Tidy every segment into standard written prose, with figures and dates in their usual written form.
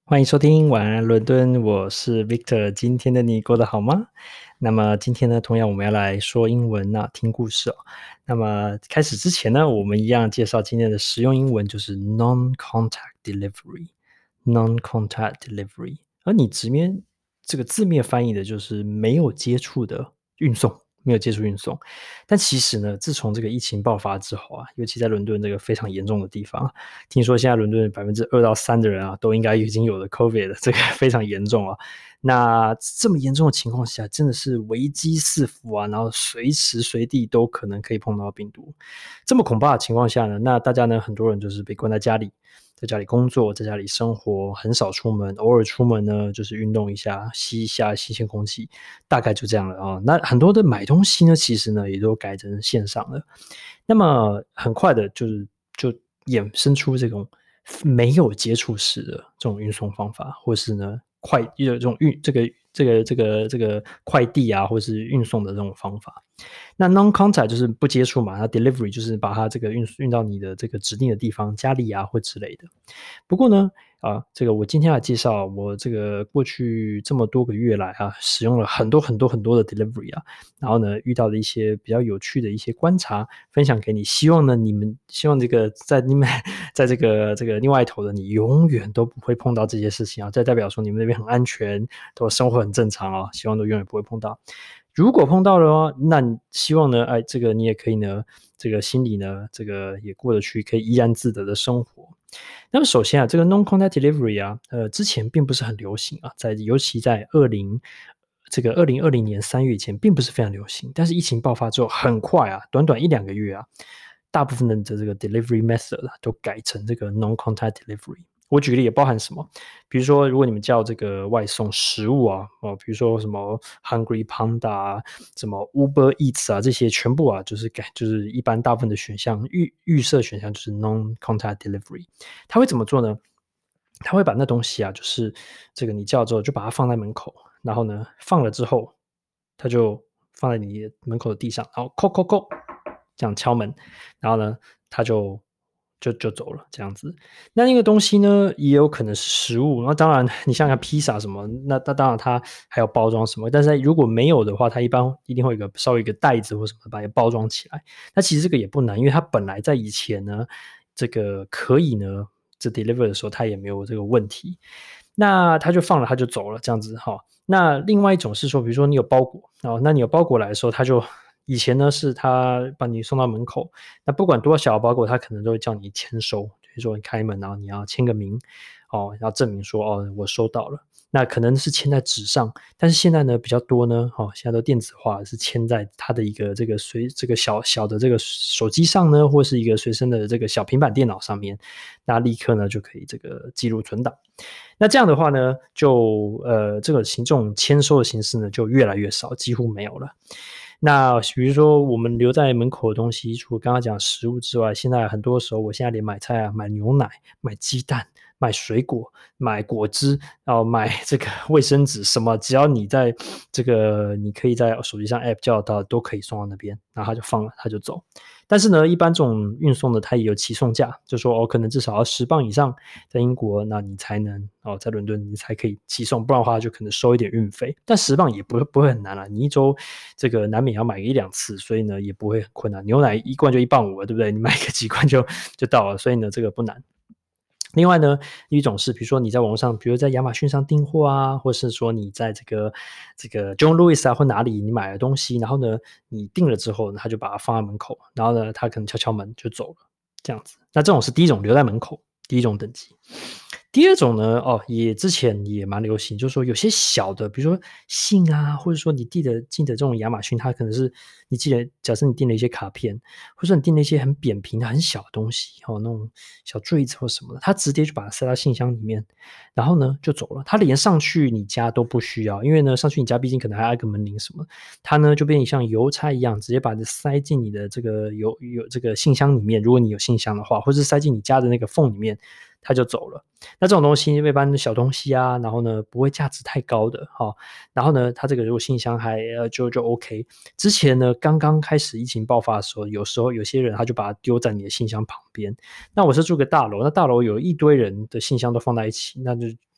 欢迎收听晚安伦敦，我是 Victor。今天的你过得好吗？那么今天呢，同样我们要来说英文听故事哦。那么开始之前呢，我们一样介绍今天的实用英文，就是 non-contact delivery。non-contact delivery，而你直面这个字面翻译的就是没有接触的运送。没有接触运送，但其实呢，自从这个疫情爆发之后尤其在伦敦这个非常严重的地方，听说现在伦敦2%到3%的人都应该已经有了 COVID 了，这个非常严重那这么严重的情况下，真的是危机四伏然后随时随地都可能可以碰到病毒。这么恐怕的情况下呢，那大家呢，很多人就是被关在家里，在家里工作，在家里生活，很少出门，偶尔出门呢，就是运动一下，吸一下新鲜空气，大概就这样了那很多的买东西呢，其实呢，也都改成线上了。那么很快的就衍生出这种没有接触式的这种运送方法，或是呢这种快递或是运送的这种方法。那 non-contact 就是不接触嘛，那 delivery 就是把它这个运到你的这个指定的地方，家里或之类的。不过呢，这个我今天来介绍我这个过去这么多个月来使用了很多的 delivery 然后呢遇到的一些比较有趣的一些观察，分享给你。希望这个在这个另外一头的你永远都不会碰到这些事情这代表说你们那边很安全，都生活很正常希望都永远不会碰到。如果碰到了那你希望呢，这个你也可以呢，这个心里呢，这个也过得去，可以怡然自得的生活。那么首先这个 non-contact delivery之前并不是很流行尤其在2020年3月以前并不是非常流行，但是疫情爆发之后很快短短1-2个月大部分的这个 delivery method 都改成这个 non-contact delivery。我举个例也包含什么，比如说如果你们叫这个外送食物比如说什么 Hungry Panda 什么 Uber Eats 这些全部就是一般大部分的选项预设选项就是 non-contact delivery。他会怎么做呢？他会把那东西就是这个你叫之后就把它放在门口，然后呢放了之后，他就放在你门口的地上，然后叩叩叩这样敲门，然后呢他就走了这样子。那个东西呢也有可能是食物，那当然你像披萨什么，那当然它还有包装什么，但是如果没有的话，它一定会有稍微一个袋子或什么把它包装起来。那其实这个也不难，因为它本来在以前呢，这个可以呢这 deliver 的时候它也没有这个问题。那他就放了他就走了这样子那另外一种是说，比如说你有包裹那你有包裹来的时候，他就以前呢是他把你送到门口，那不管多小的包裹，他可能都会叫你签收，就是说你开门然后你要签个名要证明说我收到了。那可能是签在纸上，但是现在呢比较多呢现在都电子化，是签在他的一个这个小的这个手机上呢，或是一个随身的这个小平板电脑上面，那立刻呢就可以这个记录存档。那这样的话呢，就这种签收的形式呢就越来越少，几乎没有了。那比如说我们留在门口的东西，除了刚刚讲食物之外，现在很多时候我现在连买菜买牛奶、买鸡蛋、买水果、买果汁，然后买这个卫生纸什么，只要你在这个你可以在手机上 app 叫得到，都可以送到那边，然后他就放了，他就走。但是呢，一般这种运送的它也有起送价，就说可能至少要10磅以上，在英国那你才能在伦敦你才可以起送，不然的话就可能收一点运费。但10磅也不会很难啦，你一周这个难免要买个1-2次，所以呢也不会很困难。牛奶一罐就1.5磅了，对不对？你买个几罐就到了，所以呢这个不难。另外呢，一种是比如说你在网络上，比如在亚马逊上订货或是说你在这个John Lewis 或哪里你买了东西，然后呢你订了之后他就把它放在门口，然后呢他可能敲敲门就走了这样子。那这种是第一种留在门口，第一种等级。第二种呢也之前也蛮流行，就是说有些小的比如说信或者说你进的这种亚马逊，它可能是你记得假设你订了一些卡片，或者说你订了一些很扁平的很小的东西那种小坠子或什么的，他直接就把它塞到信箱里面，然后呢就走了。他连上去你家都不需要，因为呢上去你家毕竟可能还要按个门铃什么，他呢就变成像邮差一样，直接把它塞进你的这个有这个信箱里面，如果你有信箱的话，或是塞进你家的那个缝里面，他就走了。那这种东西一般的小东西然后呢不会价值太高的然后呢它这个如果信箱还就 OK。之前呢刚刚开始疫情爆发的时候，有时候有些人他就把它丢在你的信箱旁边。那我是住个大楼，那大楼有一堆人的信箱都放在一起，那就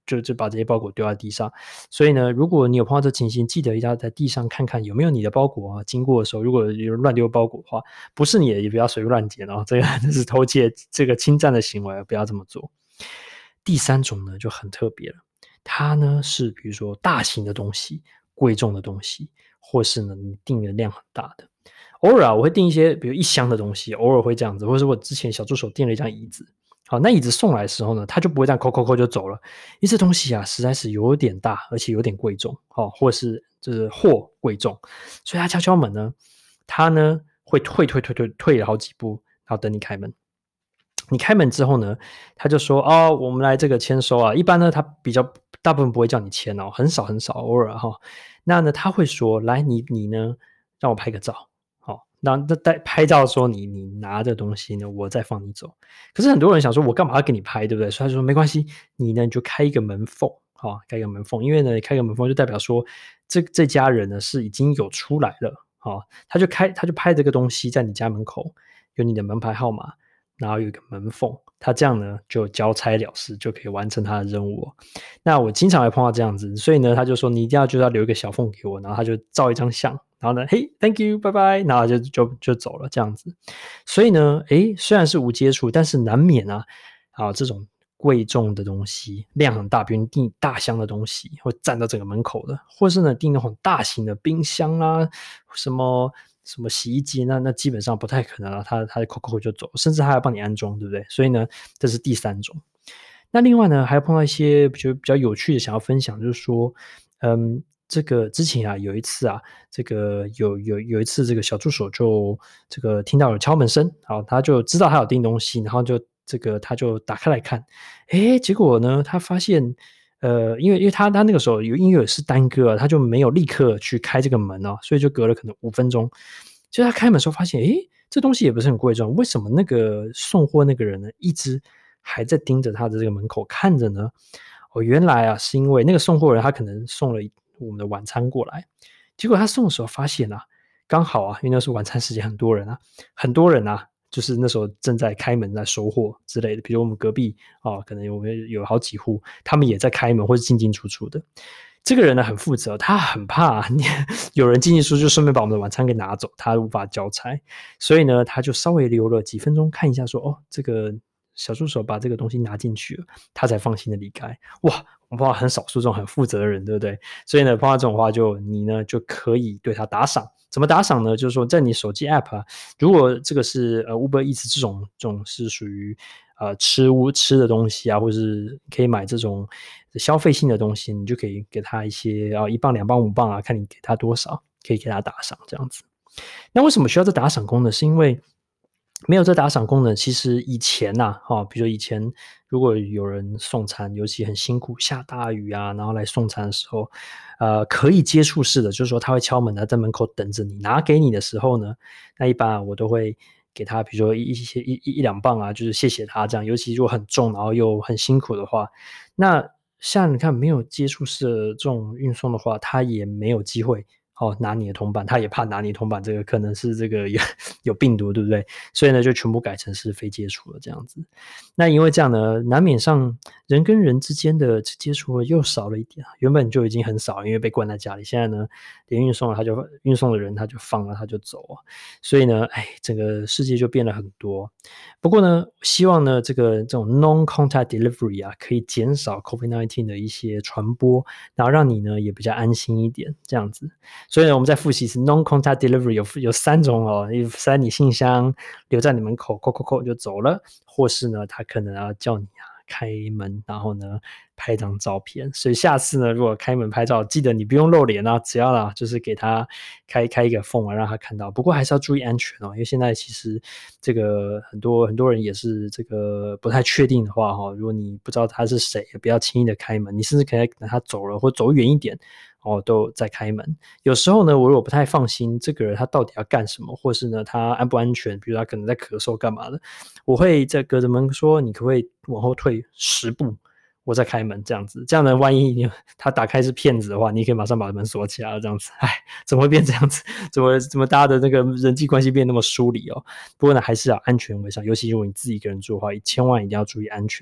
就把这些包裹丢在地上。所以呢，如果你有碰到这情形，记得一定要在地上看看有没有你的包裹啊。经过的时候，如果有人乱丢包裹的话，不是你也不要随便乱捡哦，这是偷窃这个侵占的行为，不要这么做。第三种呢就很特别了，它呢是比如说大型的东西、贵重的东西，或是呢你订的量很大的。偶尔啊，我会订一些比如1箱的东西，偶尔会这样子，或者是我之前小助手订了一张椅子。好，那椅子送来的时候呢，他就不会这样扣扣扣就走了，因为这东西啊实在是有点大，而且有点贵重，或是就是货贵重，所以他敲敲门呢，他呢会退了好几步，然后等你开门。你开门之后呢，他就说：“哦，我们来这个签收啊。”一般呢，他大部分不会叫你签哦，很少很少，偶尔哈。那呢，他会说：“来，你呢，让我拍个照。”好，那在拍照的时候，你拿着东西呢，我再放你走。可是很多人想说，我干嘛要给你拍，对不对？所以他说没关系，你呢你就开一个门缝，好，开一个门缝，因为呢，开个门缝就代表说这家人呢是已经有出来了，好，他就拍这个东西在你家门口，有你的门牌号码。然后有一个门缝，他这样呢就交差了事，就可以完成他的任务。那我经常会碰到这样子，所以呢他就说你一定要就要留一个小缝给我，然后他就照一张相，然后呢嘿 thank you 拜拜，然后就走了这样子。所以呢虽然是无接触，但是难免啊这种贵重的东西量很大，比如订大箱的东西会占到整个门口的，或是呢订那种大型的冰箱啊什么洗衣机，那基本上不太可能了，他扣扣就走，甚至他还要帮你安装，对不对？所以呢，这是第三种。那另外呢，还有碰到一些比较有趣的想要分享，就是说，这个之前啊有一次啊，这个有一次这个小助手就这个听到有敲门声，好，他就知道他有订东西，然后他就打开来看，结果呢，他发现因为他那个时候因为是耽搁啊，他就没有立刻去开这个门哦，所以就隔了可能5分钟。就他开门的时候发现，这东西也不是很贵重，为什么那个送货那个人呢，一直还在盯着他的这个门口看着呢？原来啊，是因为那个送货人他可能送了我们的晚餐过来，结果他送的时候发现啊，刚好啊，因为那是晚餐时间，很多人啊，就是那时候正在开门在收货之类的，比如我们隔壁可能有好几户，他们也在开门或是进出出的。这个人呢很负责，他很怕有人进出就顺便把我们的晚餐给拿走，他无法交差，所以呢，他就稍微留了几分钟看一下说，这个小助手把这个东西拿进去了，他才放心的离开。哇，我们碰到很少数这种很负责的人，对不对？所以呢，碰到这种话你呢就可以对他打赏。怎么打赏呢？就是说在你手机 App 啊，如果这个是Uber Eats 这种是属于吃的东西啊，或是可以买这种消费性的东西，你就可以给他一些1磅、2磅、5磅啊，看你给他多少，可以给他打赏这样子。那为什么需要这打赏功能？是因为没有这打赏功能，其实以前比如说以前如果有人送餐，尤其很辛苦，下大雨啊，然后来送餐的时候，可以接触式的，就是说他会敲门在门口等着你，拿给你的时候呢，那一般我都会给他，比如说一两磅啊，就是谢谢他这样。尤其如果很重，然后又很辛苦的话，那像你看没有接触式的这种运送的话，他也没有机会拿你的铜板，他也怕拿你的铜板，这个可能是这个有病毒，对不对？所以呢，就全部改成是非接触了这样子。那因为这样呢，难免上人跟人之间的接触又少了一点，原本就已经很少，因为被关在家里，现在呢，连运送的人他就放了，他就走啊，所以呢，整个世界就变了很多。不过呢，希望呢，这种 non-contact delivery 啊，可以减少 COVID-19 的一些传播，然后让你呢也比较安心一点，这样子。所以呢，我们再复习一次 non-contact delivery 有3种塞你信箱，留在你门口，扣扣扣就走了，或是呢，他可能要叫你开门，然后呢拍张照片。所以下次呢，如果开门拍照，记得你不用露脸啊，只要就是给他开一个缝让他看到。不过还是要注意安全因为现在其实这个很多人也是这个不太确定的话如果你不知道他是谁，也不要轻易的开门，你甚至可以等他走了或走远一点都在开门。有时候呢，我如果不太放心这个人他到底要干什么，或是呢他安不安全，比如他可能在咳嗽干嘛的，我会在隔着门说你可不可以往后退10步，我再开门这样子。这样呢，万一他打开是骗子的话，你可以马上把门锁起来了这样子。怎么会变这样子？怎么大家的那个人际关系变那么疏离不过呢，还是要安全为上，尤其如果你自己一个人住的话，千万一定要注意安全。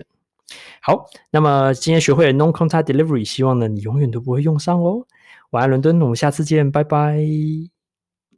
好，那么今天学会了 non-contact delivery，希望呢你永远都不会用上哦。晚安，伦敦，我们下次见，拜拜。